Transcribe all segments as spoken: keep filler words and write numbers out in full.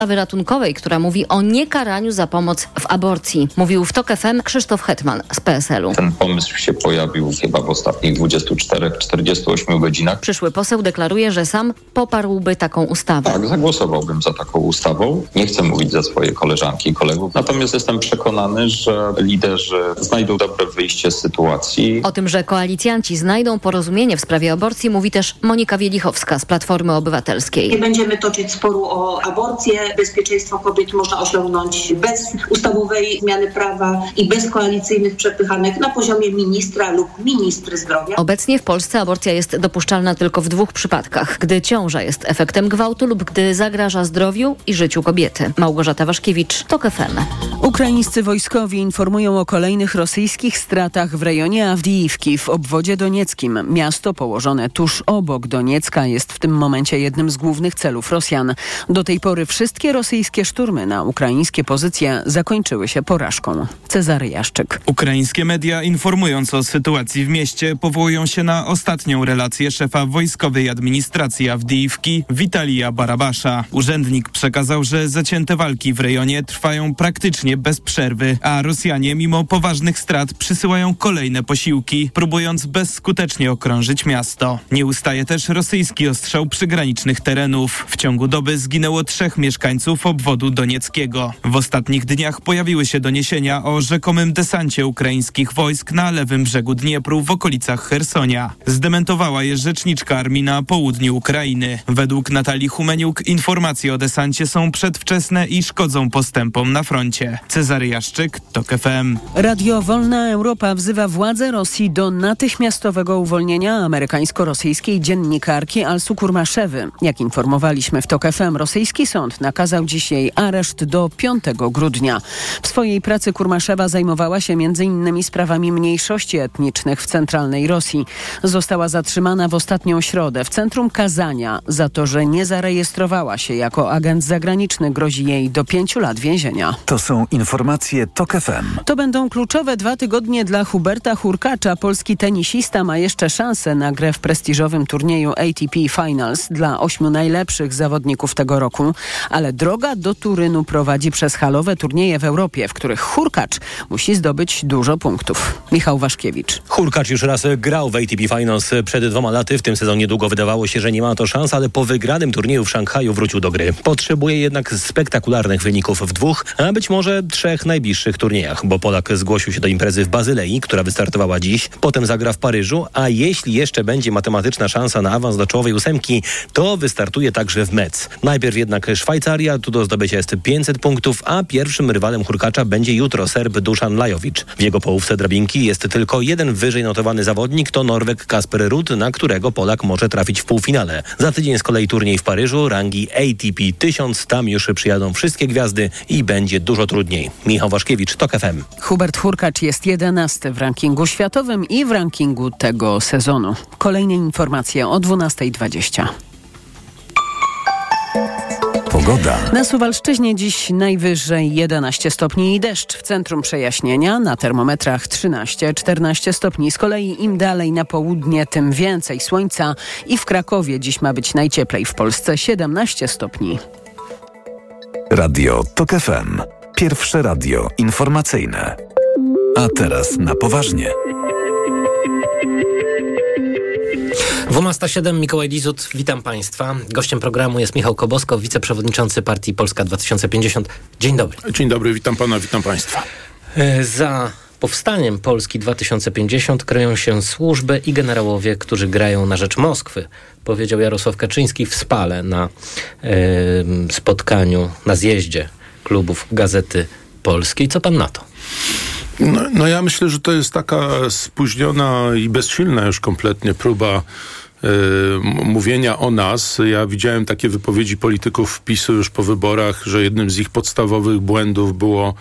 ratunkowej, która mówi o niekaraniu za pomoc w aborcji. Mówił w TOK F M Krzysztof Hetman z P S L-u. Ten pomysł się pojawił chyba w ostatnich dwudziestu czterech do czterdziestu ośmiu godzinach. Przyszły poseł deklaruje, że sam poparłby taką ustawę. Tak, zagłosowałbym za taką ustawą. Nie chcę mówić za swoje koleżanki i kolegów, natomiast jestem przekonany, że liderzy znajdą dobre wyjście z sytuacji. O tym, że koalicjanci znajdą porozumienie w sprawie aborcji, mówi też Monika Wielichowska z Platformy Obywatelskiej. Nie będziemy toczyć sporu o aborcję. Bezpieczeństwo kobiet można osiągnąć bez ustawowej zmiany prawa i bez koalicyjnych przepychanek na poziomie ministra lub ministry zdrowia. Obecnie w Polsce aborcja jest dopuszczalna tylko w dwóch przypadkach. Gdy ciąża jest efektem gwałtu lub gdy zagraża zdrowiu i życiu kobiety. Małgorzata Waszkiewicz, TOK F M. Ukraińscy wojskowi informują o kolejnych rosyjskich stratach w rejonie Awdijiwki w obwodzie donieckim. Miasto położone tuż obok Doniecka jest w tym momencie jednym z głównych celów Rosjan. Do tej pory wszystkie rosyjskie szturmy na ukraińskie pozycje zakończyły się porażką. Cezary Jaszczyk. Ukraińskie media, informując o sytuacji w mieście, powołują się na ostatnią relację szefa wojskowej administracji Awdijiwki Witalija Barabasza. Urzędnik przekazał, że zacięte walki w rejonie trwają praktycznie bez przerwy, a Rosjanie mimo poważnych strat przysyłają kolejne posiłki, próbując bezskutecznie okrążyć miasto. Nie ustaje też rosyjski ostrzał przygranicznych terenów. W ciągu doby zginęło trzech mieszkańców obwodu donieckiego. W ostatnich dniach pojawiły się doniesienia o rzekomym desancie ukraińskich wojsk na lewym brzegu Dniepru w okolicach Chersonia. Zdementowała je rzeczniczka armii na południu Ukrainy. Według Natalii Humeniuk informacje o desancie są przedwczesne i szkodzą postępom na froncie. Cezary Jaszczyk, TOK F M. Radio Wolna Europa wzywa władze Rosji do natychmiastowego uwolnienia amerykańsko-rosyjskiej dziennikarki Alsu Kurmaszewy. Jak informowaliśmy w TOK F M, rosyjski sąd nakazał dziś jej areszt do piątego grudnia. W swojej pracy Kurmaszewa zajmowała się między innymi sprawami mniejszości etnicznych w centralnej Rosji. Została zatrzymana w ostatnią środę w centrum Kazania za to, że nie zarejestrowała się jako agent zagraniczny. Grozi jej do pięciu lat więzienia. To są informacje TOK F M. To będą kluczowe dwa tygodnie dla Huberta Hurkacza. Polski tenisista ma jeszcze szansę na grę w prestiżowym turnieju A T P Finals dla ośmiu najlepszych zawodników tego roku. Ale droga do Turynu prowadzi przez halowe turnieje w Europie, w których Hurkacz musi zdobyć dużo punktów. Michał Waszkiewicz. Hurkacz już raz grał w A T P Finals przed dwoma laty. W tym sezonie długo wydawało się, że nie ma to szans, ale po wygranym turnieju w Szanghaju wrócił do gry. Potrzebuje jednak spektakularnych wyników w dwóch, a być może trzech najbliższych turniejach, bo Polak zgłosił się do imprezy w Bazylei, która wystartowała dziś, potem zagra w Paryżu, a jeśli jeszcze będzie matematyczna szansa na awans do czołowej ósemki, to wystartuje także w Metz. Najpierw jednak Szwajcaria, tu do zdobycia jest pięćset punktów, a pierwszym rywalem Hurkacza będzie jutro Serb Dusan Lajowicz. W jego połówce drabinki jest tylko jeden wyżej notowany zawodnik, to Norweg Kasper Ruud, na którego Polak może trafić w półfinale. Za tydzień z kolei turniej w Paryżu, rangi A T P tysiąc, tam już przyjadą wszystkie gwiazdy i będzie dużo trudniej. Michał Waszkiewicz, TOK F M. Hubert Hurkacz jest jedenasty w rankingu światowym i w rankingu tego sezonu. Kolejne informacje o dwunasta dwadzieścia. Pogoda. Na Suwalszczyźnie dziś najwyżej jedenaście stopni i deszcz. W centrum przejaśnienia na termometrach trzynaście czternaście stopni. Z kolei im dalej na południe, tym więcej słońca. I w Krakowie dziś ma być najcieplej w Polsce siedemnaście stopni. Radio TOK F M. Pierwsze radio informacyjne. A teraz na poważnie. dwunasta siedem, Mikołaj Lizut, witam Państwa. Gościem programu jest Michał Kobosko, wiceprzewodniczący Partii Polska dwa tysiące pięćdziesiąt. Dzień dobry. Dzień dobry, witam Pana, witam Państwa. Za powstaniem Polski dwa tysiące pięćdziesiąt kryją się służby i generałowie, którzy grają na rzecz Moskwy, powiedział Jarosław Kaczyński w Spale na y, spotkaniu, na zjeździe klubów Gazety Polskiej. Co Pan na to? No, no ja myślę, że to jest taka spóźniona i bezsilna już kompletnie próba y, mówienia o nas. Ja widziałem takie wypowiedzi polityków PiSu już po wyborach, że jednym z ich podstawowych błędów było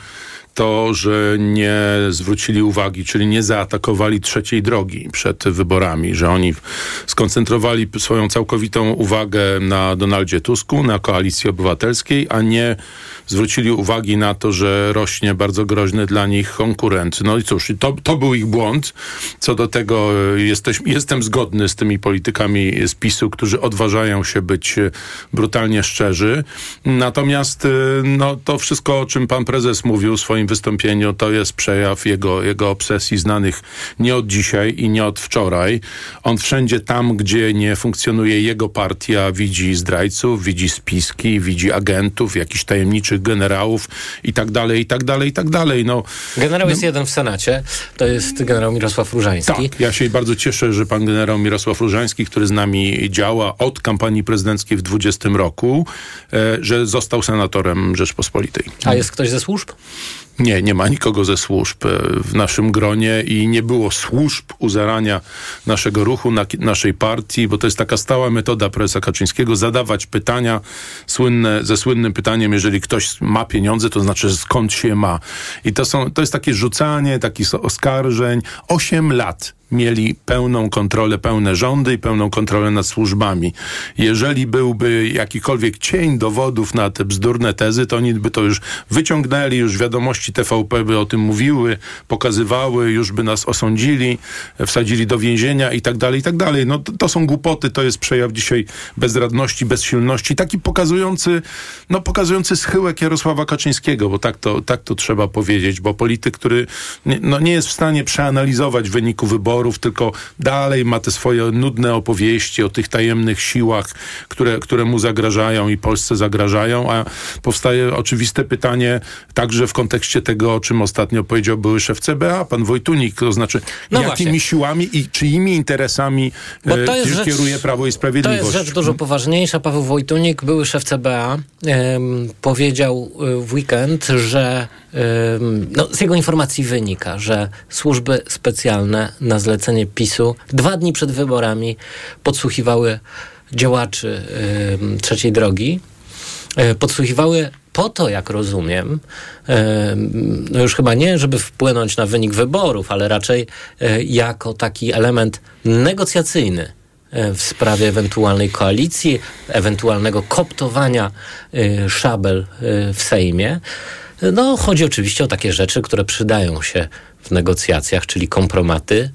to, że nie zwrócili uwagi, czyli nie zaatakowali trzeciej drogi przed wyborami, że oni skoncentrowali swoją całkowitą uwagę na Donaldzie Tusku, na Koalicji Obywatelskiej, a nie zwrócili uwagi na to, że rośnie bardzo groźny dla nich konkurent. No i cóż, to, to był ich błąd. Co do tego jesteś, jestem zgodny z tymi politykami z PiSu, którzy odważają się być brutalnie szczerzy. Natomiast no, to wszystko, o czym pan prezes mówił w swoim wystąpieniu, to jest przejaw jego, jego obsesji znanych nie od dzisiaj i nie od wczoraj. On wszędzie tam, gdzie nie funkcjonuje jego partia, widzi zdrajców, widzi spiski, widzi agentów, jakichś tajemniczych generałów i tak dalej, i tak dalej, i tak dalej. No, generał no, jest jeden w Senacie, to jest generał Mirosław Różański. Tak, ja się bardzo cieszę, że pan generał Mirosław Różański, który z nami działa od kampanii prezydenckiej w dwudziestym roku, e, że został senatorem Rzeczpospolitej. A jest ktoś ze służb? Nie, nie ma nikogo ze służb w naszym gronie i nie było służb u zarania naszego ruchu, na, naszej partii, bo to jest taka stała metoda prezesa Kaczyńskiego, zadawać pytania słynne, ze słynnym pytaniem, jeżeli ktoś ma pieniądze, to znaczy skąd się ma. I to, są, to jest takie rzucanie takich oskarżeń. Osiem lat mieli pełną kontrolę, pełne rządy i pełną kontrolę nad służbami. Jeżeli byłby jakikolwiek cień dowodów na te bzdurne tezy, to oni by to już wyciągnęli, już wiadomości T V P by o tym mówiły, pokazywały, już by nas osądzili, wsadzili do więzienia i tak dalej, i tak dalej. No to, to są głupoty, to jest przejaw dzisiaj bezradności, bezsilności, taki pokazujący, no pokazujący schyłek Jarosława Kaczyńskiego, bo tak to, tak to trzeba powiedzieć, bo polityk, który nie, no nie jest w stanie przeanalizować wyniku wyborów, tylko dalej ma te swoje nudne opowieści o tych tajemnych siłach, które, które mu zagrażają i Polsce zagrażają, a powstaje oczywiste pytanie także w kontekście tego, o czym ostatnio powiedział były szef C B A, pan Wojtunik, to znaczy no jakimi właśnie. siłami i czyimi interesami e, kieruje rzecz, Prawo i Sprawiedliwość. To jest rzecz dużo poważniejsza. Paweł Wojtunik, były szef C B A, em, powiedział w weekend, że em, no, z jego informacji wynika, że służby specjalne na zlecenie PiSu dwa dni przed wyborami podsłuchiwały działaczy em, trzeciej drogi. E, podsłuchiwały po to, jak rozumiem, e, no już chyba nie, żeby wpłynąć na wynik wyborów, ale raczej e, jako taki element negocjacyjny e, w sprawie ewentualnej koalicji, ewentualnego koptowania e, szabel e, w Sejmie. No, chodzi oczywiście o takie rzeczy, które przydają się w negocjacjach, czyli kompromaty.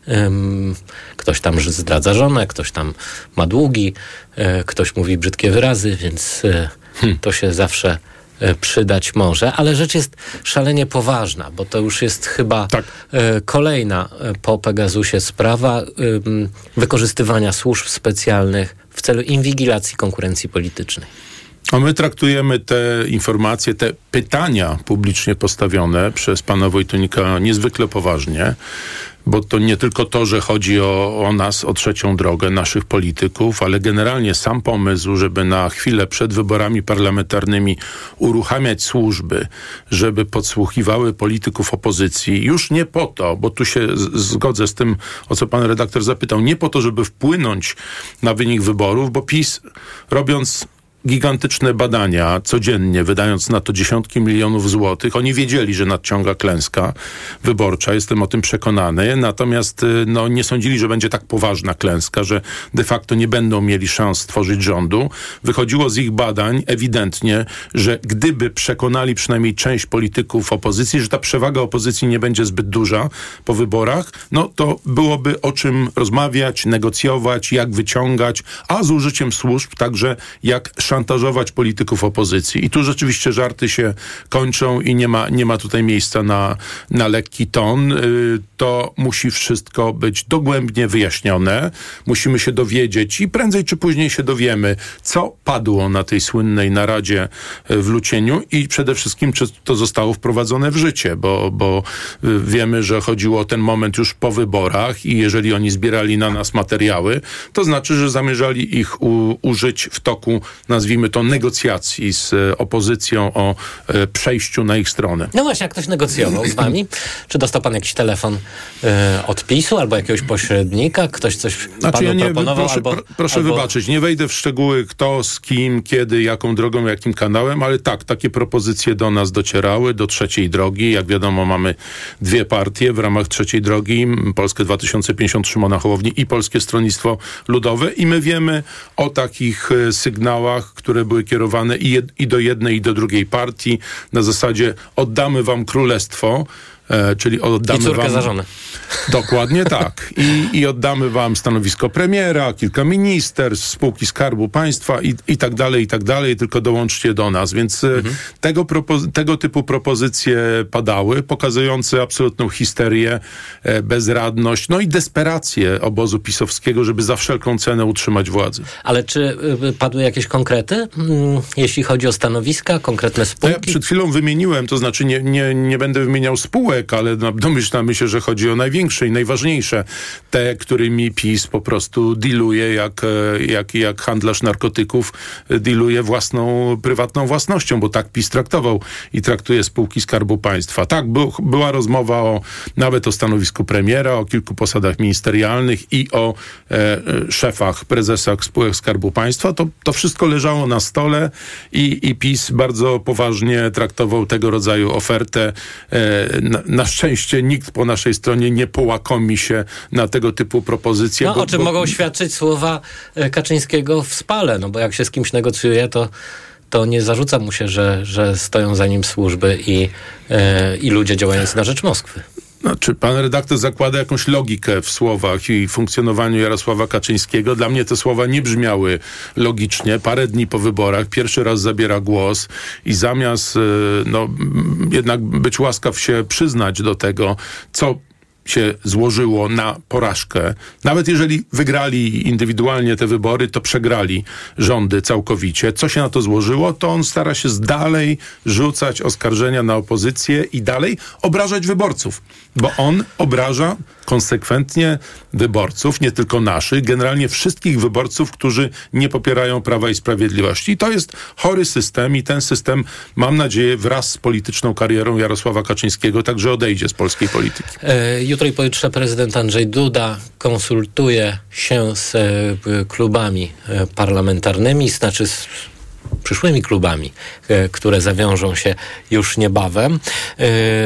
Um, ktoś tam zdradza żonę, ktoś tam ma długi, e, ktoś mówi brzydkie wyrazy, więc e, hmm. to się zawsze e, przydać może. Ale rzecz jest szalenie poważna, bo to już jest chyba tak. e, kolejna e, po Pegasusie sprawa e, wykorzystywania służb specjalnych w celu inwigilacji konkurencji politycznej. A my traktujemy te informacje, te pytania publicznie postawione przez pana Wojtunika niezwykle poważnie, bo to nie tylko to, że chodzi o, o nas, o trzecią drogę, naszych polityków, ale generalnie sam pomysł, żeby na chwilę przed wyborami parlamentarnymi uruchamiać służby, żeby podsłuchiwały polityków opozycji, już nie po to, bo tu się z- zgodzę z tym, o co pan redaktor zapytał, nie po to, żeby wpłynąć na wynik wyborów, bo PiS, robiąc gigantyczne badania codziennie, wydając na to dziesiątki milionów złotych. Oni wiedzieli, że nadciąga klęska wyborcza, jestem o tym przekonany, natomiast no, nie sądzili, że będzie tak poważna klęska, że de facto nie będą mieli szans stworzyć rządu. Wychodziło z ich badań ewidentnie, że gdyby przekonali przynajmniej część polityków opozycji, że ta przewaga opozycji nie będzie zbyt duża po wyborach, no to byłoby o czym rozmawiać, negocjować, jak wyciągać, a z użyciem służb także jak szantażować polityków opozycji. I tu rzeczywiście żarty się kończą i nie ma, nie ma tutaj miejsca na, na lekki ton. To musi wszystko być dogłębnie wyjaśnione. Musimy się dowiedzieć i prędzej czy później się dowiemy, co padło na tej słynnej naradzie w Lucieniu i przede wszystkim, czy to zostało wprowadzone w życie, bo, bo wiemy, że chodziło o ten moment już po wyborach i jeżeli oni zbierali na nas materiały, to znaczy, że zamierzali ich u, użyć w toku, nazwijmy nazwijmy to, negocjacji z opozycją o przejściu na ich stronę. No właśnie, jak ktoś negocjował z wami? Czy dostał pan jakiś telefon y, od PiSu albo jakiegoś pośrednika? Ktoś coś znaczy, panu ja nie, proponował? Proszę, albo, pr- proszę albo... wybaczyć, nie wejdę w szczegóły kto, z kim, kiedy, jaką drogą, jakim kanałem, ale tak, takie propozycje do nas docierały, do Trzeciej Drogi. Jak wiadomo, mamy dwie partie w ramach Trzeciej Drogi, Polskę dwa tysiące pięćdziesiąt Szymona Hołowni i Polskie Stronnictwo Ludowe, i my wiemy o takich sygnałach, które były kierowane i, jed- i do jednej, i do drugiej partii, na zasadzie oddamy wam królestwo, e, czyli oddamy I córkę wam... za żonę. Dokładnie tak. I, I oddamy wam stanowisko premiera, kilka ministerstw, spółki Skarbu Państwa i, i tak dalej, i tak dalej, tylko dołączcie do nas. Więc mhm. tego, propo- tego typu propozycje padały, pokazujące absolutną histerię, e, bezradność, no i desperację obozu pisowskiego, żeby za wszelką cenę utrzymać władzę. Ale czy y, padły jakieś konkrety, mm, jeśli chodzi o stanowiska, konkretne spółki? Ja przed chwilą wymieniłem, to znaczy nie, nie, nie będę wymieniał spółek, ale domyślamy się, że chodzi o największe i najważniejsze. Te, którymi PiS po prostu dealuje, jak, jak, jak handlarz narkotyków dealuje własną, prywatną własnością, bo tak PiS traktował i traktuje spółki Skarbu Państwa. Tak, był, była rozmowa o, nawet o stanowisku premiera, o kilku posadach ministerialnych i o e, szefach, prezesach spółek Skarbu Państwa. To, to wszystko leżało na stole i, i PiS bardzo poważnie traktował tego rodzaju ofertę. E, na, na szczęście nikt po naszej stronie nie połakomi się na tego typu propozycje. No, bo, o czym bo... mogą świadczyć słowa Kaczyńskiego w Spale, no bo jak się z kimś negocjuje, to to nie zarzuca mu się, że, że stoją za nim służby i, e, i ludzie działający na rzecz Moskwy. Znaczy, pan redaktor zakłada jakąś logikę w słowach i funkcjonowaniu Jarosława Kaczyńskiego. Dla mnie te słowa nie brzmiały logicznie. Parę dni po wyborach pierwszy raz zabiera głos i zamiast no, jednak być łaskaw się przyznać do tego, co się złożyło na porażkę. Nawet jeżeli wygrali indywidualnie te wybory, to przegrali rządy całkowicie. Co się na to złożyło? To on stara się dalej rzucać oskarżenia na opozycję i dalej obrażać wyborców. Bo on obraża konsekwentnie wyborców, nie tylko naszych, generalnie wszystkich wyborców, którzy nie popierają Prawa i Sprawiedliwości. I to jest chory system i ten system, mam nadzieję, wraz z polityczną karierą Jarosława Kaczyńskiego także odejdzie z polskiej polityki. E, jutro i pojutrze prezydent Andrzej Duda konsultuje się z e, klubami e, parlamentarnymi, znaczy z przyszłymi klubami, e, które zawiążą się już niebawem. E,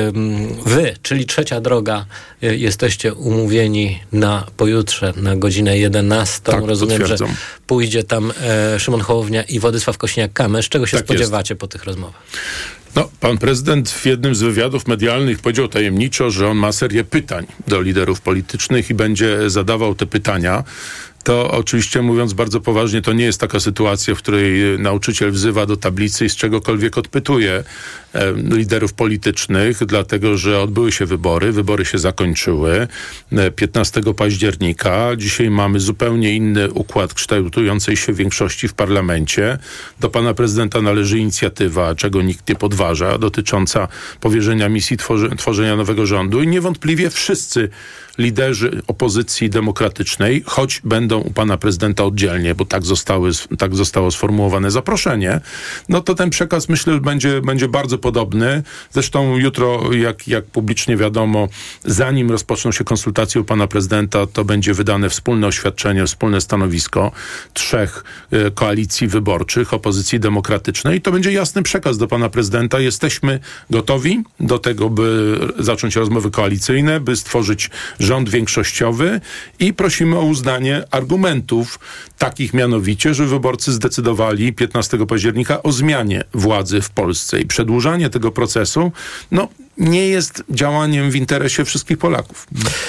wy, czyli Trzecia Droga, e, jesteście umówieni na pojutrze, na godzinę jedenastą. Tak, rozumiem, że pójdzie tam e, Szymon Hołownia i Władysław Kosiniak-Kamysz. Czego się tak spodziewacie jest po tych rozmowach? No, pan prezydent w jednym z wywiadów medialnych powiedział tajemniczo, że on ma serię pytań do liderów politycznych i będzie zadawał te pytania. To oczywiście, mówiąc bardzo poważnie, to nie jest taka sytuacja, w której nauczyciel wzywa do tablicy i z czegokolwiek odpytuje e, liderów politycznych, dlatego że odbyły się wybory, wybory się zakończyły e, piętnastego października. Dzisiaj mamy zupełnie inny układ kształtującej się większości w parlamencie. Do pana prezydenta należy inicjatywa, czego nikt nie podważa, dotycząca powierzenia misji tworzy, tworzenia nowego rządu i niewątpliwie wszyscy liderzy opozycji demokratycznej, choć będą u pana prezydenta oddzielnie, bo tak, zostały, tak zostało sformułowane zaproszenie, no to ten przekaz, myślę, będzie, będzie bardzo podobny. Zresztą jutro, jak, jak publicznie wiadomo, zanim rozpoczną się konsultacje u pana prezydenta, to będzie wydane wspólne oświadczenie, wspólne stanowisko trzech e, koalicji wyborczych, opozycji demokratycznej. To będzie jasny przekaz do pana prezydenta. Jesteśmy gotowi do tego, by zacząć rozmowy koalicyjne, by stworzyć rząd większościowy i prosimy o uznanie argumentów, takich mianowicie, że wyborcy zdecydowali piętnastego października o zmianie władzy w Polsce i przedłużanie tego procesu, no, nie jest działaniem w interesie wszystkich Polaków.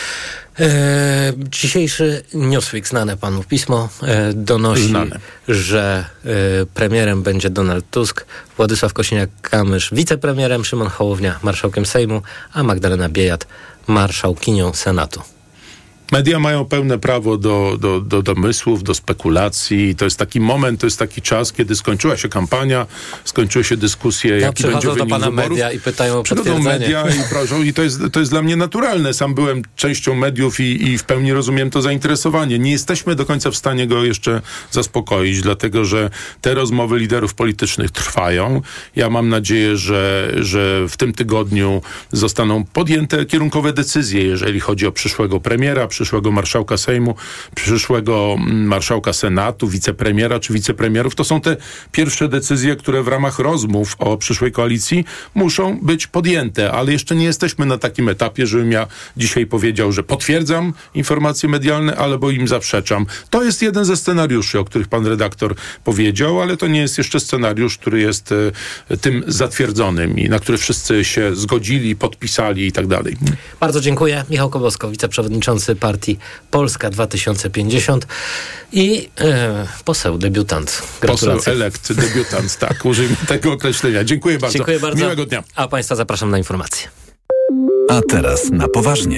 E, dzisiejszy Newsweek, znane panu pismo, e, donosi, znane. że e, premierem będzie Donald Tusk, Władysław Kosiniak-Kamysz wicepremierem, Szymon Hołownia marszałkiem Sejmu, a Magdalena Biejat marszałkinią Senatu. Media mają pełne prawo do, do, do domysłów, do spekulacji. To jest taki moment, to jest taki czas, kiedy skończyła się kampania, skończyły się dyskusje, Ja jaki będzie wynik do pana wyborów. media i pytają o Przychodzą potwierdzenie. media i proszą, i to jest, to jest dla mnie naturalne. Sam byłem częścią mediów i, i w pełni rozumiem to zainteresowanie. Nie jesteśmy do końca w stanie go jeszcze zaspokoić, dlatego że te rozmowy liderów politycznych trwają. Ja mam nadzieję, że, że w tym tygodniu zostaną podjęte kierunkowe decyzje, jeżeli chodzi o przyszłego premiera, przyszłego marszałka Sejmu, przyszłego marszałka Senatu, wicepremiera czy wicepremierów. To są te pierwsze decyzje, które w ramach rozmów o przyszłej koalicji muszą być podjęte, ale jeszcze nie jesteśmy na takim etapie, żebym ja dzisiaj powiedział, że potwierdzam informacje medialne, albo im zaprzeczam. To jest jeden ze scenariuszy, o których pan redaktor powiedział, ale to nie jest jeszcze scenariusz, który jest e, tym zatwierdzonym i na który wszyscy się zgodzili, podpisali i tak dalej. Bardzo dziękuję. Michał Kobosko, wiceprzewodniczący partii Polska dwa tysiące pięćdziesiąt i e, poseł, debiutant. Gratulacje. Poseł elekt, debiutant, tak, użyjmy tego określenia. Dziękuję bardzo. Dziękuję bardzo. Miłego dnia. A państwa zapraszam na informacje. A teraz na poważnie.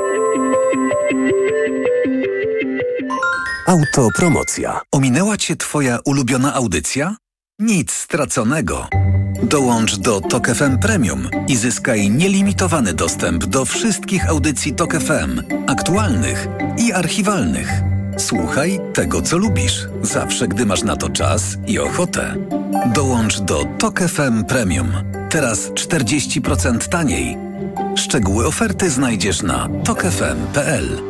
Autopromocja. Ominęła cię twoja ulubiona audycja? Nic straconego. Dołącz do Tok F M Premium i zyskaj nielimitowany dostęp do wszystkich audycji Tok F M, aktualnych i archiwalnych. Słuchaj tego, co lubisz, zawsze, gdy masz na to czas i ochotę. Dołącz do Tok F M Premium. Teraz czterdzieści procent taniej. Szczegóły oferty znajdziesz na tok f m kropka p l.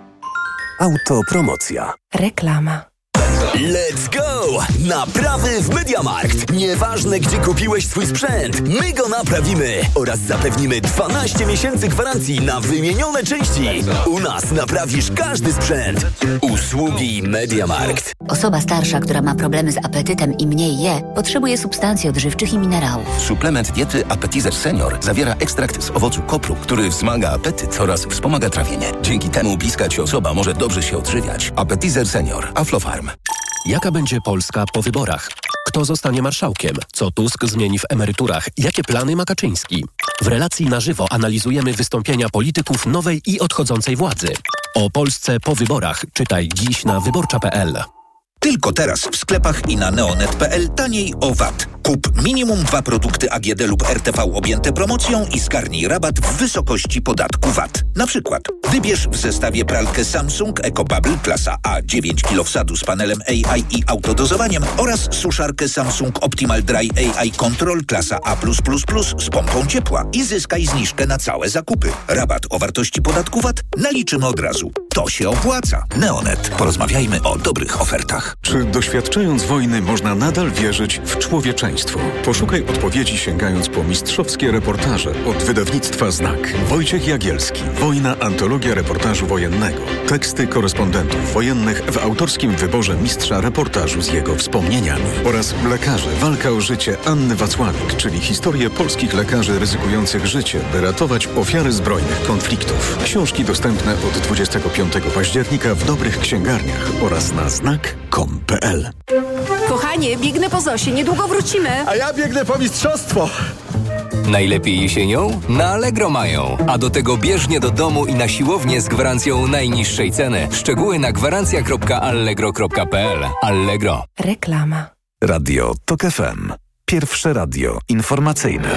Autopromocja. Reklama. Let's go! Naprawy w MediaMarkt. Nieważne, gdzie kupiłeś swój sprzęt, my go naprawimy oraz zapewnimy dwanaście miesięcy gwarancji na wymienione części. U nas naprawisz każdy sprzęt. Usługi MediaMarkt. Osoba starsza, która ma problemy z apetytem i mniej je, potrzebuje substancji odżywczych i minerałów. Suplement diety Appetizer Senior zawiera ekstrakt z owocu kopru, który wzmaga apetyt oraz wspomaga trawienie. Dzięki temu bliska ci osoba może dobrze się odżywiać. Appetizer Senior. Aflofarm. Jaka będzie Polska po wyborach? Kto zostanie marszałkiem? Co Tusk zmieni w emeryturach? Jakie plany ma Kaczyński? W relacji na żywo analizujemy wystąpienia polityków nowej i odchodzącej władzy. O Polsce po wyborach czytaj dziś na wyborcza kropka p l. Tylko teraz w sklepach i na neonet kropka p l taniej o V A T. Kup minimum dwa produkty A G D lub R T V objęte promocją i zgarnij rabat w wysokości podatku V A T. Na przykład wybierz w zestawie pralkę Samsung EcoBubble klasa A dziewięć kilogramów wsadu z panelem A I i autodozowaniem oraz suszarkę Samsung Optimal Dry A I Control klasa A plus plus plus z pompą ciepła i zyskaj zniżkę na całe zakupy. Rabat o wartości podatku V A T naliczymy od razu. To się opłaca. Neonet. Porozmawiajmy o dobrych ofertach. Czy doświadczając wojny można nadal wierzyć w człowieczeństwo? Poszukaj odpowiedzi sięgając po mistrzowskie reportaże od wydawnictwa Znak. Wojciech Jagielski. Wojna. Antologia reportażu wojennego. Teksty korespondentów wojennych w autorskim wyborze mistrza reportażu z jego wspomnieniami. Oraz Lekarze. Walka o życie Anny Wacławik, czyli historię polskich lekarzy ryzykujących życie, by ratować ofiary zbrojnych konfliktów. Książki dostępne od dwudziestego piątego października w dobrych księgarniach oraz na znak kropka com kropka p l. Kochanie, biegnę po Zosie, niedługo wrócimy. A ja biegnę po mistrzostwo. Najlepiej jesienią? Na Allegro mają. A do tego bieżnie do domu i na siłownię z gwarancją najniższej ceny. Szczegóły na gwarancja kropka allegro kropka p l. Allegro. Reklama. Radio Tok F M. Pierwsze radio informacyjne.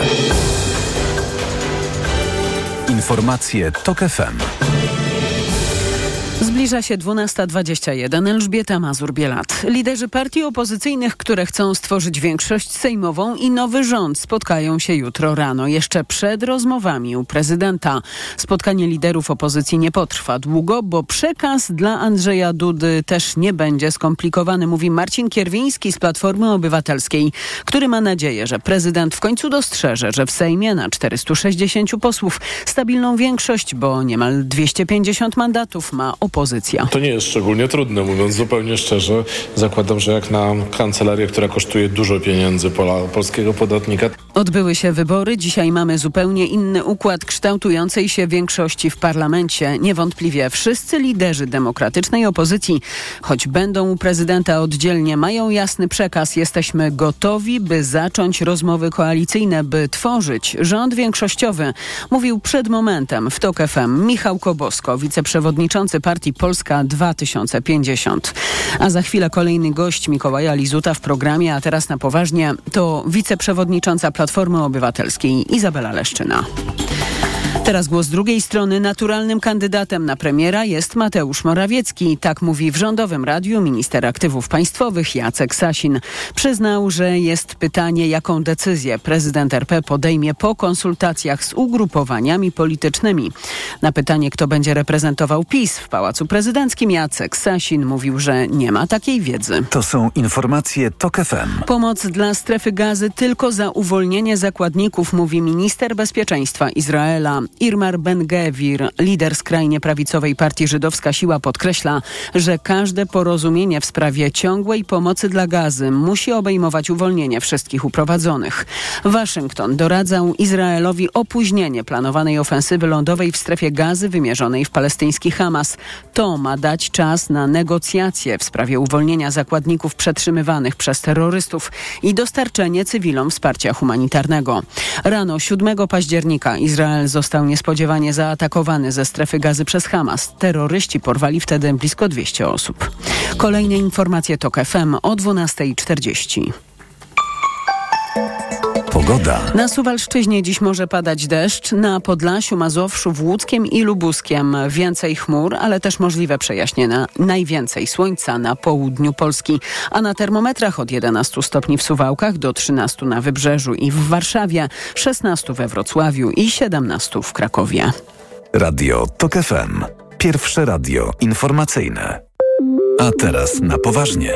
Informacje Tok F M. Zbliża się dwunasta dwadzieścia jeden. Elżbieta Mazur-Bielat. Liderzy partii opozycyjnych, które chcą stworzyć większość sejmową i nowy rząd, spotkają się jutro rano, jeszcze przed rozmowami u prezydenta. Spotkanie liderów opozycji nie potrwa długo, bo przekaz dla Andrzeja Dudy też nie będzie skomplikowany, mówi Marcin Kierwiński z Platformy Obywatelskiej, który ma nadzieję, że prezydent w końcu dostrzeże, że w Sejmie na czterystu sześćdziesięciu posłów stabilną większość, bo niemal dwieście pięćdziesiąt mandatów ma opozycja. opozycja. To nie jest szczególnie trudne, mówiąc zupełnie szczerze. Zakładam, że jak na kancelarię, która kosztuje dużo pieniędzy pola, polskiego podatnika. Odbyły się wybory. Dzisiaj mamy zupełnie inny układ kształtującej się większości w parlamencie. Niewątpliwie wszyscy liderzy demokratycznej opozycji, choć będą u prezydenta oddzielnie, mają jasny przekaz. Jesteśmy gotowi, by zacząć rozmowy koalicyjne, by tworzyć rząd większościowy. Mówił przed momentem w TOK F M Michał Kobosko, wiceprzewodniczący partii Polska dwa tysiące pięćdziesiąt. A za chwilę kolejny gość Mikołaja Lizuta w programie, a teraz na poważnie, to wiceprzewodnicząca Platformy Obywatelskiej Izabela Leszczyna. Teraz głos drugiej strony. Naturalnym kandydatem na premiera jest Mateusz Morawiecki. Tak mówi w Rządowym Radiu minister aktywów państwowych Jacek Sasin. Przyznał, że jest pytanie, jaką decyzję prezydent R P podejmie po konsultacjach z ugrupowaniami politycznymi. Na pytanie, kto będzie reprezentował PiS w Pałacu Prezydenckim, Jacek Sasin mówił, że nie ma takiej wiedzy. To są informacje TOK F M. Pomoc dla strefy Gazy tylko za uwolnienie zakładników, mówi minister bezpieczeństwa Izraela. Irmar Ben-Gvir, lider skrajnie prawicowej partii Żydowska Siła, podkreśla, że każde porozumienie w sprawie ciągłej pomocy dla Gazy musi obejmować uwolnienie wszystkich uprowadzonych. Waszyngton doradzał Izraelowi opóźnienie planowanej ofensywy lądowej w strefie Gazy wymierzonej w palestyński Hamas. To ma dać czas na negocjacje w sprawie uwolnienia zakładników przetrzymywanych przez terrorystów i dostarczenie cywilom wsparcia humanitarnego. Rano siódmego października Izrael został niespodziewanie zaatakowany ze strefy Gazy przez Hamas. Terroryści porwali wtedy blisko dwieście osób. Kolejne informacje TOK F M o dwunasta czterdzieści. Pogoda. Na Suwalszczyźnie dziś może padać deszcz, na Podlasiu, Mazowszu, w Łódzkiem i Lubuskiem więcej chmur, ale też możliwe przejaśnienia. Najwięcej słońca na południu Polski, a na termometrach od jedenastu stopni w Suwałkach do trzynastu na Wybrzeżu i w Warszawie, szesnastu we Wrocławiu i siedemnastu w Krakowie. Radio TOK F M. Pierwsze radio informacyjne. A teraz na poważnie.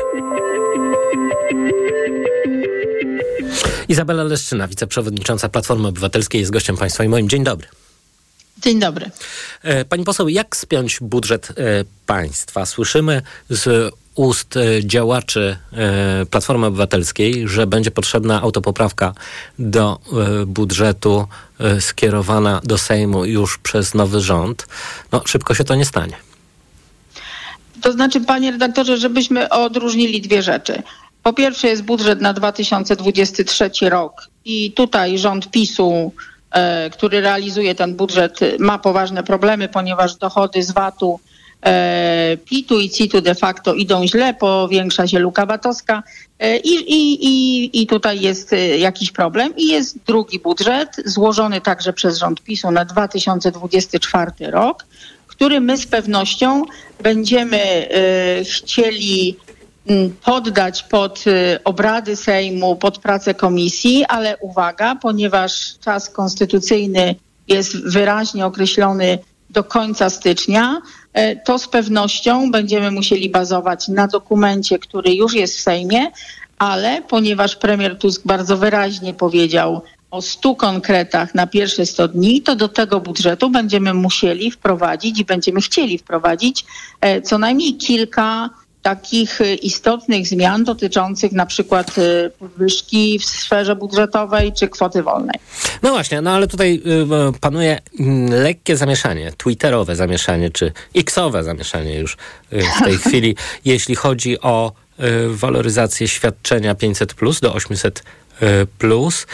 Izabela Leszczyna, wiceprzewodnicząca Platformy Obywatelskiej, jest gościem państwa i moim. Dzień dobry. Dzień dobry. Pani poseł, jak spiąć budżet państwa? Słyszymy z ust działaczy Platformy Obywatelskiej, że będzie potrzebna autopoprawka do budżetu skierowana do Sejmu już przez nowy rząd. No, szybko się to nie stanie. To znaczy, panie redaktorze, żebyśmy odróżnili dwie rzeczy. Po pierwsze jest budżet na dwa tysiące dwudziesty trzeci rok i tutaj rząd PiSu, e, który realizuje ten budżet, ma poważne problemy, ponieważ dochody z vatu, e, pitu i citu de facto idą źle, powiększa się luka vatowska e, i, i, i tutaj jest e, jakiś problem. I jest drugi budżet złożony także przez rząd PiSu na dwa tysiące dwudziesty czwarty rok, który my z pewnością będziemy e, chcieli poddać pod obrady Sejmu, pod pracę komisji, ale uwaga, ponieważ czas konstytucyjny jest wyraźnie określony do końca stycznia, to z pewnością będziemy musieli bazować na dokumencie, który już jest w Sejmie, ale ponieważ premier Tusk bardzo wyraźnie powiedział o stu konkretach na pierwsze sto dni, to do tego budżetu będziemy musieli wprowadzić i będziemy chcieli wprowadzić co najmniej kilka takich istotnych zmian dotyczących na przykład podwyżki w sferze budżetowej czy kwoty wolnej. No właśnie, no ale tutaj y, panuje y, lekkie zamieszanie, twitterowe zamieszanie, czy x-owe zamieszanie już y, w tej chwili, jeśli chodzi o y, waloryzację świadczenia pięćset plus do osiemset plus.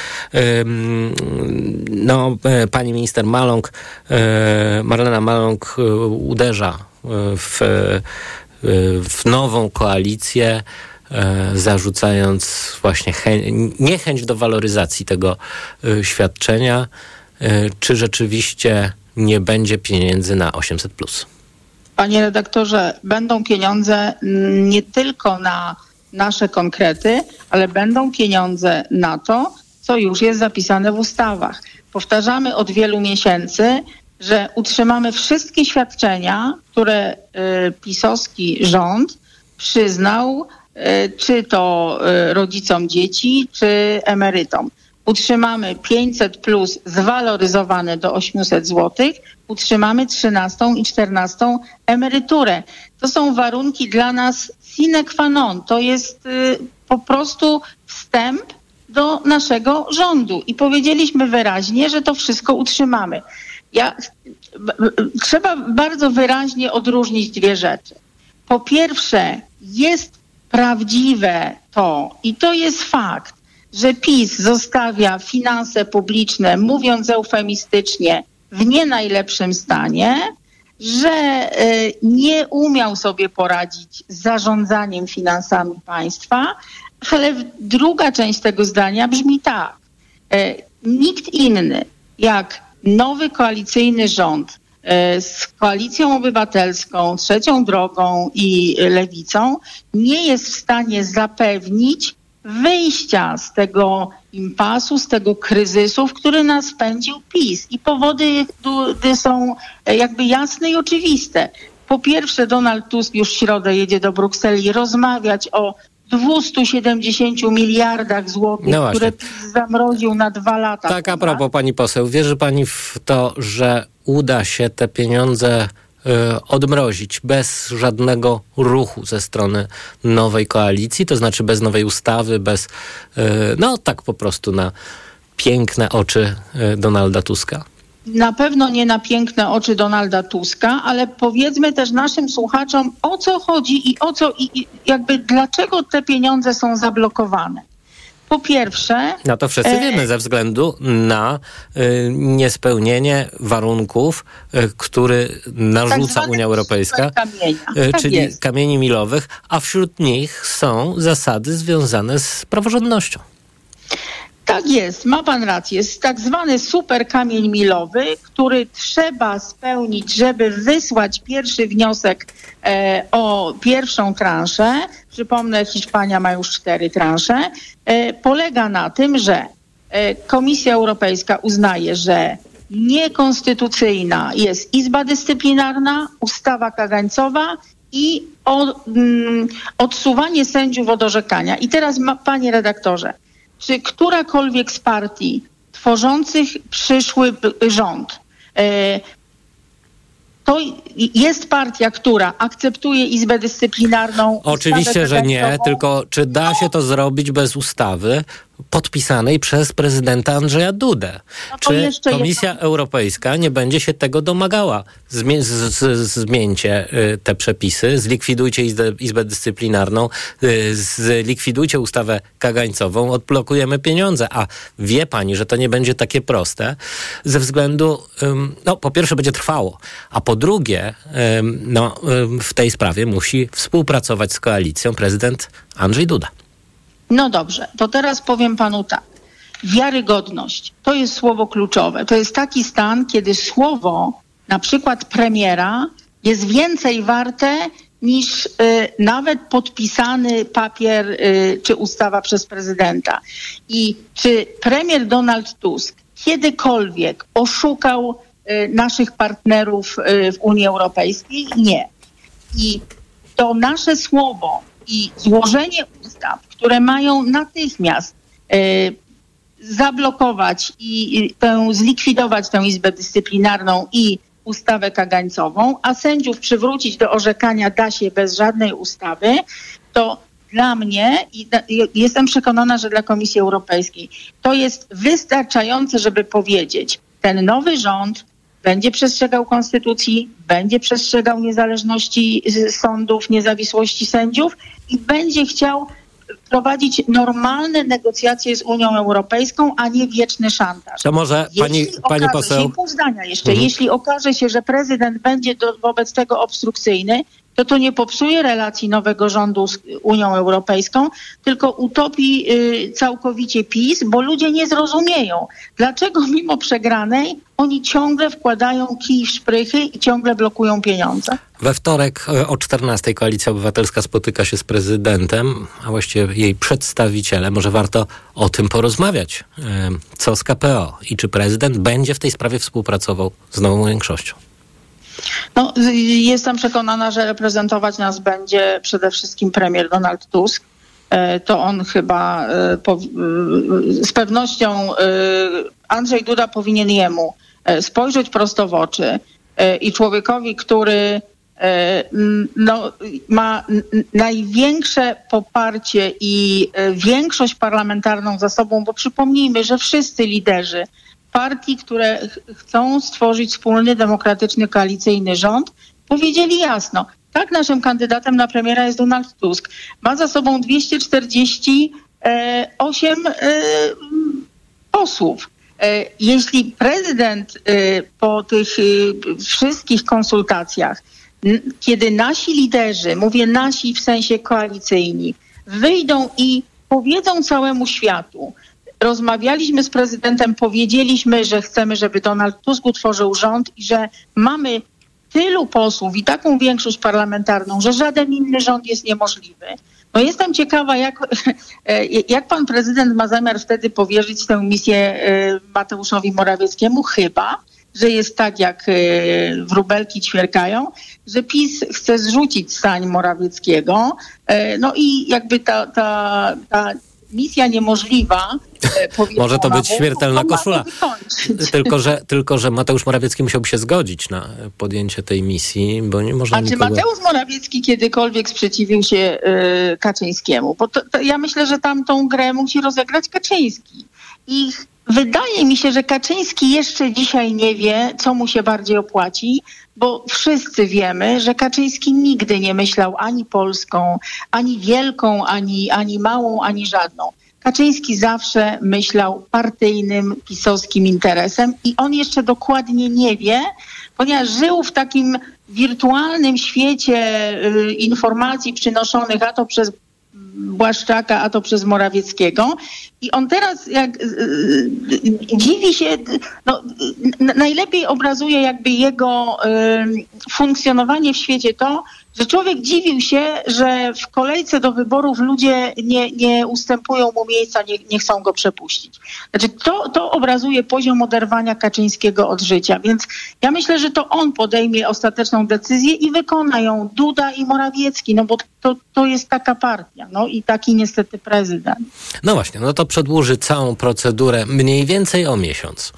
No, pani minister Maląg, Marlena Maląg uderza w w nową koalicję, e, zarzucając właśnie chę- niechęć do waloryzacji tego e, świadczenia. E, czy rzeczywiście nie będzie pieniędzy na osiemset plus? Panie redaktorze, będą pieniądze nie tylko na nasze konkrety, ale będą pieniądze na to, co już jest zapisane w ustawach. Powtarzamy od wielu miesięcy, że utrzymamy wszystkie świadczenia, które y, pisowski rząd przyznał, y, czy to y, rodzicom dzieci, czy emerytom. utrzymamy pięćset plus zwaloryzowane do osiemset złotych, utrzymamy trzynastą i czternastą emeryturę. To są warunki dla nas sine qua non. To jest y, po prostu wstęp do naszego rządu. I powiedzieliśmy wyraźnie, że to wszystko utrzymamy. Ja, b, b, trzeba bardzo wyraźnie odróżnić dwie rzeczy. Po pierwsze, jest prawdziwe to, i to jest fakt, że PiS zostawia finanse publiczne, mówiąc eufemistycznie, w nie najlepszym stanie, że y, nie umiał sobie poradzić z zarządzaniem finansami państwa, ale druga część tego zdania brzmi tak. Y, nikt inny jak nowy koalicyjny rząd y, z Koalicją Obywatelską, Trzecią Drogą i Lewicą nie jest w stanie zapewnić wyjścia z tego impasu, z tego kryzysu, w który nas wpędził PiS. I powody są jakby jasne i oczywiste. Po pierwsze, Donald Tusk już w środę jedzie do Brukseli rozmawiać o dwieście siedemdziesiąt miliardach złotych, no które PiS zamroził na dwa lata. Tak, a propos, pani poseł, wierzy pani w to, że uda się te pieniądze odmrozić bez żadnego ruchu ze strony nowej koalicji, to znaczy bez nowej ustawy, bez, no tak po prostu na piękne oczy Donalda Tuska? Na pewno nie na piękne oczy Donalda Tuska, ale powiedzmy też naszym słuchaczom, o co chodzi i o co, i, i jakby dlaczego te pieniądze są zablokowane. Po pierwsze... No to wszyscy e... wiemy, ze względu na y, niespełnienie warunków, y, który narzuca tak Unia Europejska, y, tak czyli jest. Kamieni milowych, a wśród nich są zasady związane z praworządnością. Tak jest, ma pan rację. Jest tak zwany super kamień milowy, który trzeba spełnić, żeby wysłać pierwszy wniosek e, o pierwszą transzę. Przypomnę, Hiszpania ma już cztery transze. E, polega na tym, że e, Komisja Europejska uznaje, że niekonstytucyjna jest Izba Dyscyplinarna, ustawa kagańcowa i o, mm, odsuwanie sędziów od orzekania. I teraz, ma, panie redaktorze, czy którakolwiek z partii tworzących przyszły rząd, e, to jest partia, która akceptuje Izbę Dyscyplinarną? Oczywiście, że nie, tylko czy da się to zrobić bez ustawy podpisanej przez prezydenta Andrzeja Dudę? No czy Komisja jedno... Europejska nie będzie się tego domagała? Zmie- z- z- zmieńcie y, te przepisy, zlikwidujcie Izbę, Izbę Dyscyplinarną, y, zlikwidujcie ustawę kagańcową, odblokujemy pieniądze. A wie pani, że to nie będzie takie proste ze względu, ym, no po pierwsze będzie trwało, a po drugie ym, no, ym, w tej sprawie musi współpracować z koalicją prezydent Andrzej Duda. No dobrze, to teraz powiem panu tak. Wiarygodność to jest słowo kluczowe. To jest taki stan, kiedy słowo na przykład premiera jest więcej warte niż y, nawet podpisany papier y, czy ustawa przez prezydenta. I czy premier Donald Tusk kiedykolwiek oszukał y, naszych partnerów y, w Unii Europejskiej? Nie. I to nasze słowo i złożenie ustaw, które mają natychmiast y, zablokować i, i tę, zlikwidować tę Izbę Dyscyplinarną i ustawę kagańcową, a sędziów przywrócić do orzekania da się bez żadnej ustawy, to dla mnie, i jestem przekonana, że dla Komisji Europejskiej, to jest wystarczające, żeby powiedzieć, ten nowy rząd będzie przestrzegał konstytucji, będzie przestrzegał niezależności sądów, niezawisłości sędziów i będzie chciał prowadzić normalne negocjacje z Unią Europejską, a nie wieczny szantaż. To może pani, jeśli pani okaże poseł... się, pół zdania jeszcze, Mhm. jeśli okaże się, że prezydent będzie do, wobec tego obstrukcyjny, to to nie popsuje relacji nowego rządu z Unią Europejską, tylko utopi y, całkowicie PiS, bo ludzie nie zrozumieją, dlaczego mimo przegranej oni ciągle wkładają kij w szprychy i ciągle blokują pieniądze. We wtorek o czternastej Koalicja Obywatelska spotyka się z prezydentem, a właściwie jej przedstawicielem. Może warto o tym porozmawiać. Co z K P O i czy prezydent będzie w tej sprawie współpracował z nową większością? No, jestem przekonana, że reprezentować nas będzie przede wszystkim premier Donald Tusk. to on chyba z pewnością Andrzej Duda powinien jemu spojrzeć prosto w oczy i człowiekowi, który no, ma największe poparcie i większość parlamentarną za sobą, bo przypomnijmy, że wszyscy liderzy partii, które chcą stworzyć wspólny, demokratyczny, koalicyjny rząd, powiedzieli jasno, tak, naszym kandydatem na premiera jest Donald Tusk. Ma za sobą dwieście czterdzieści osiem posłów. Jeśli prezydent po tych wszystkich konsultacjach, kiedy nasi liderzy, mówię nasi w sensie koalicyjni, wyjdą i powiedzą całemu światu, rozmawialiśmy z prezydentem, powiedzieliśmy, że chcemy, żeby Donald Tusk utworzył rząd i że mamy tylu posłów i taką większość parlamentarną, że żaden inny rząd jest niemożliwy. No jestem ciekawa, jak, jak pan prezydent ma zamiar wtedy powierzyć tę misję Mateuszowi Morawieckiemu, chyba że jest tak, jak wróbelki ćwierkają, że PiS chce zrzucić stań Morawieckiego. No i jakby ta, ta, ta misja niemożliwa. Może to być śmiertelna koszula. Tylko że, tylko, że Mateusz Morawiecki musiałby się zgodzić na podjęcie tej misji, bo nie można A nikogo... czy Mateusz Morawiecki kiedykolwiek sprzeciwił się y, Kaczyńskiemu? Bo to, to ja myślę, że tam tą grę musi rozegrać Kaczyński. I wydaje mi się, że Kaczyński jeszcze dzisiaj nie wie, co mu się bardziej opłaci, bo wszyscy wiemy, że Kaczyński nigdy nie myślał ani polską, ani wielką, ani, ani małą, ani żadną. Kaczyński zawsze myślał partyjnym, pisowskim interesem i on jeszcze dokładnie nie wie, ponieważ żył w takim wirtualnym świecie y, informacji przynoszonych a to przez Błaszczaka, a to przez Morawieckiego. I on teraz jak y, y, dziwi się, no, y, najlepiej obrazuje jakby jego y, funkcjonowanie w świecie to, że człowiek dziwił się, że w kolejce do wyborów ludzie nie, nie ustępują mu miejsca, nie, nie chcą go przepuścić. Znaczy to, to obrazuje poziom oderwania Kaczyńskiego od życia, więc ja myślę, że to on podejmie ostateczną decyzję i wykona ją Duda i Morawiecki, no bo to, to jest taka partia, no i taki niestety prezydent. No właśnie, no to przedłuży całą procedurę mniej więcej o miesiąc.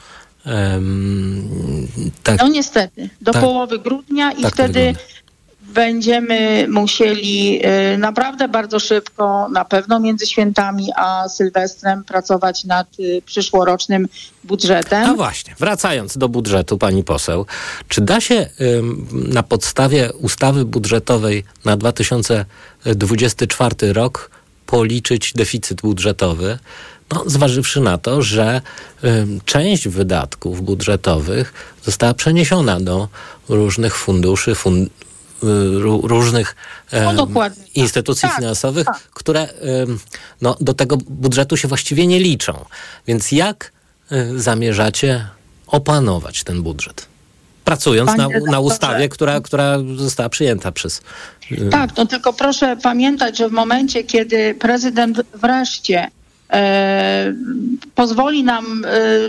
Um, tak, no niestety, do tak, połowy grudnia i tak wtedy będziemy musieli y, naprawdę bardzo szybko, na pewno między świętami a Sylwestrem, pracować nad y, przyszłorocznym budżetem. A właśnie, wracając do budżetu, pani poseł, czy da się y, na podstawie ustawy budżetowej na dwa tysiące dwudziesty czwarty rok policzyć deficyt budżetowy? No, zważywszy na to, że y, część wydatków budżetowych została przeniesiona do różnych funduszy, fund, różnych e, no, instytucji tak, finansowych, tak. które e, no, do tego budżetu się właściwie nie liczą. Więc jak e, zamierzacie opanować ten budżet? Pracując na, na ustawie, która, która została przyjęta przez... E... Tak, no tylko proszę pamiętać, że w momencie, kiedy prezydent wreszcie e, pozwoli nam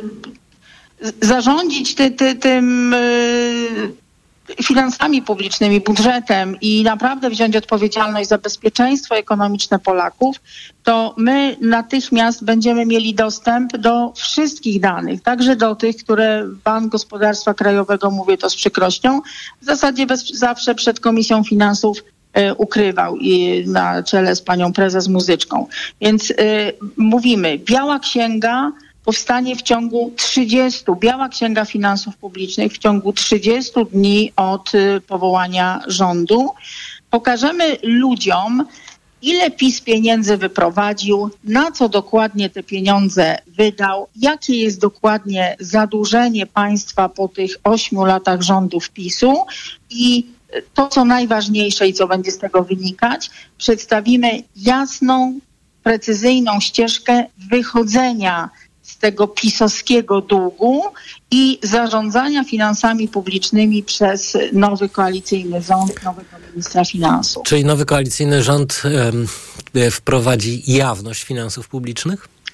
e, zarządzić ty, ty, tym... E, finansami publicznymi, budżetem i naprawdę wziąć odpowiedzialność za bezpieczeństwo ekonomiczne Polaków, to my natychmiast będziemy mieli dostęp do wszystkich danych, także do tych, które Bank Gospodarstwa Krajowego, mówię to z przykrością, w zasadzie bez, zawsze przed Komisją Finansów y, ukrywał i na czele z panią prezes Muzyczką. Więc y, mówimy, biała księga powstanie w ciągu trzydziestu, Biała Księga Finansów Publicznych w ciągu trzydziestu dni od powołania rządu. Pokażemy ludziom, ile PiS pieniędzy wyprowadził, na co dokładnie te pieniądze wydał, jakie jest dokładnie zadłużenie państwa po tych ośmiu latach rządów PiSu i to, co najważniejsze i co będzie z tego wynikać, przedstawimy jasną, precyzyjną ścieżkę wychodzenia z tego pisowskiego długu i zarządzania finansami publicznymi przez nowy koalicyjny rząd, nowego ministra finansów. Czyli nowy koalicyjny rząd um, wprowadzi jawność finansów publicznych?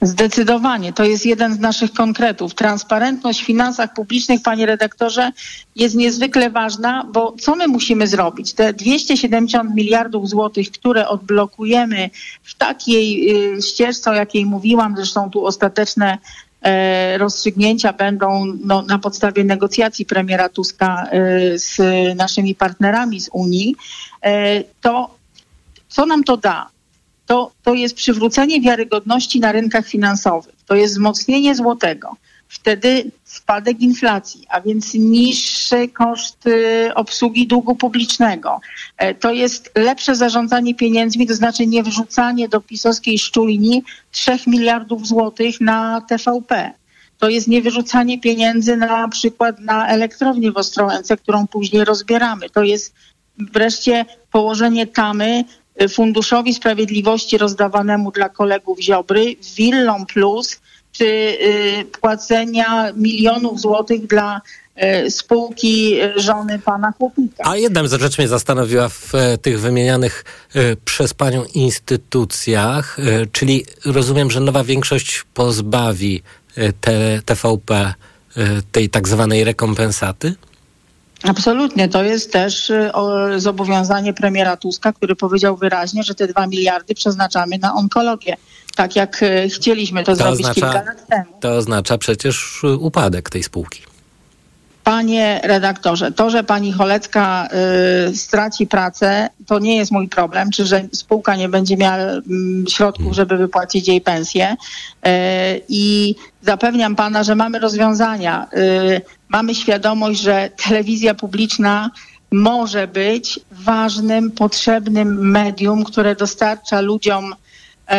Zdecydowanie. To jest jeden z naszych konkretów. Transparentność w finansach publicznych, panie redaktorze, jest niezwykle ważna, bo co my musimy zrobić? Te dwieście siedemdziesiąt miliardów złotych, które odblokujemy w takiej y, ścieżce, o jakiej mówiłam, zresztą tu ostateczne e, rozstrzygnięcia będą no, na podstawie negocjacji premiera Tuska y, z naszymi partnerami z Unii, e, to co nam to da? To, to jest przywrócenie wiarygodności na rynkach finansowych. To jest wzmocnienie złotego. Wtedy spadek inflacji, a więc niższy koszt y, obsługi długu publicznego. E, to jest lepsze zarządzanie pieniędzmi, to znaczy nie wrzucanie do pisowskiej szczujni trzech miliardów złotych na T V P. To jest nie wyrzucanie pieniędzy na przykład na elektrownię w Ostrołęce, którą później rozbieramy. To jest wreszcie położenie tamy Funduszowi Sprawiedliwości rozdawanemu dla kolegów Ziobry, Willą Plus, czy y, płacenia milionów złotych dla y, spółki żony pana Chłopnika. A jedna rzecz mnie zastanowiła w e, tych wymienianych e, przez panią instytucjach, e, czyli rozumiem, że nowa większość pozbawi e, te, T V P e, tej tak zwanej rekompensaty? Absolutnie. To jest też y, o, zobowiązanie premiera Tuska, który powiedział wyraźnie, że te dwa miliardy przeznaczamy na onkologię. Tak jak y, chcieliśmy to, to zrobić oznacza, kilka lat temu. To oznacza przecież upadek tej spółki. Panie redaktorze, to, że pani Cholecka y, straci pracę, to nie jest mój problem, czy że spółka nie będzie miała y, środków, żeby wypłacić jej pensję. Y, I zapewniam pana, że mamy rozwiązania. Y, mamy świadomość, że telewizja publiczna może być ważnym, potrzebnym medium, które dostarcza ludziom y,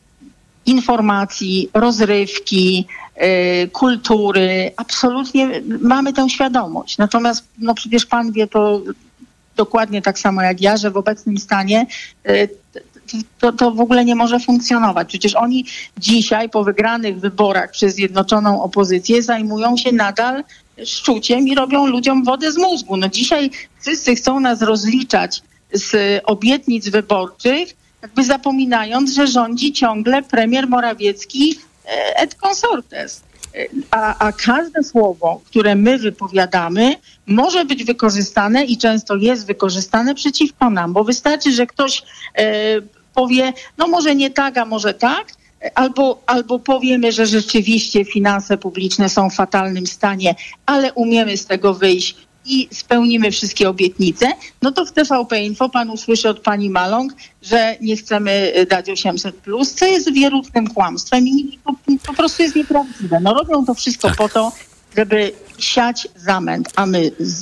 informacji, rozrywki, y, kultury. Absolutnie mamy tę świadomość. Natomiast no przecież pan wie to dokładnie tak samo jak ja, że w obecnym stanie y, to, to w ogóle nie może funkcjonować. Przecież oni dzisiaj po wygranych wyborach przez Zjednoczoną Opozycję zajmują się nadal szczuciem i robią ludziom wodę z mózgu. No dzisiaj wszyscy chcą nas rozliczać z obietnic wyborczych, jakby zapominając, że rządzi ciągle premier Morawiecki et consortes. A, a każde słowo, które my wypowiadamy, może być wykorzystane i często jest wykorzystane przeciwko nam, bo wystarczy, że ktoś e, powie, no może nie tak, a może tak, albo, albo powiemy, że rzeczywiście finanse publiczne są w fatalnym stanie, ale umiemy z tego wyjść i spełnimy wszystkie obietnice, no to w T V P Info pan usłyszy od pani Maląg, że nie chcemy dać osiemset plus, co jest wierutnym kłamstwem i po, po prostu jest nieprawdziwe. No robią to wszystko tak po to, żeby siać zamęt, a my z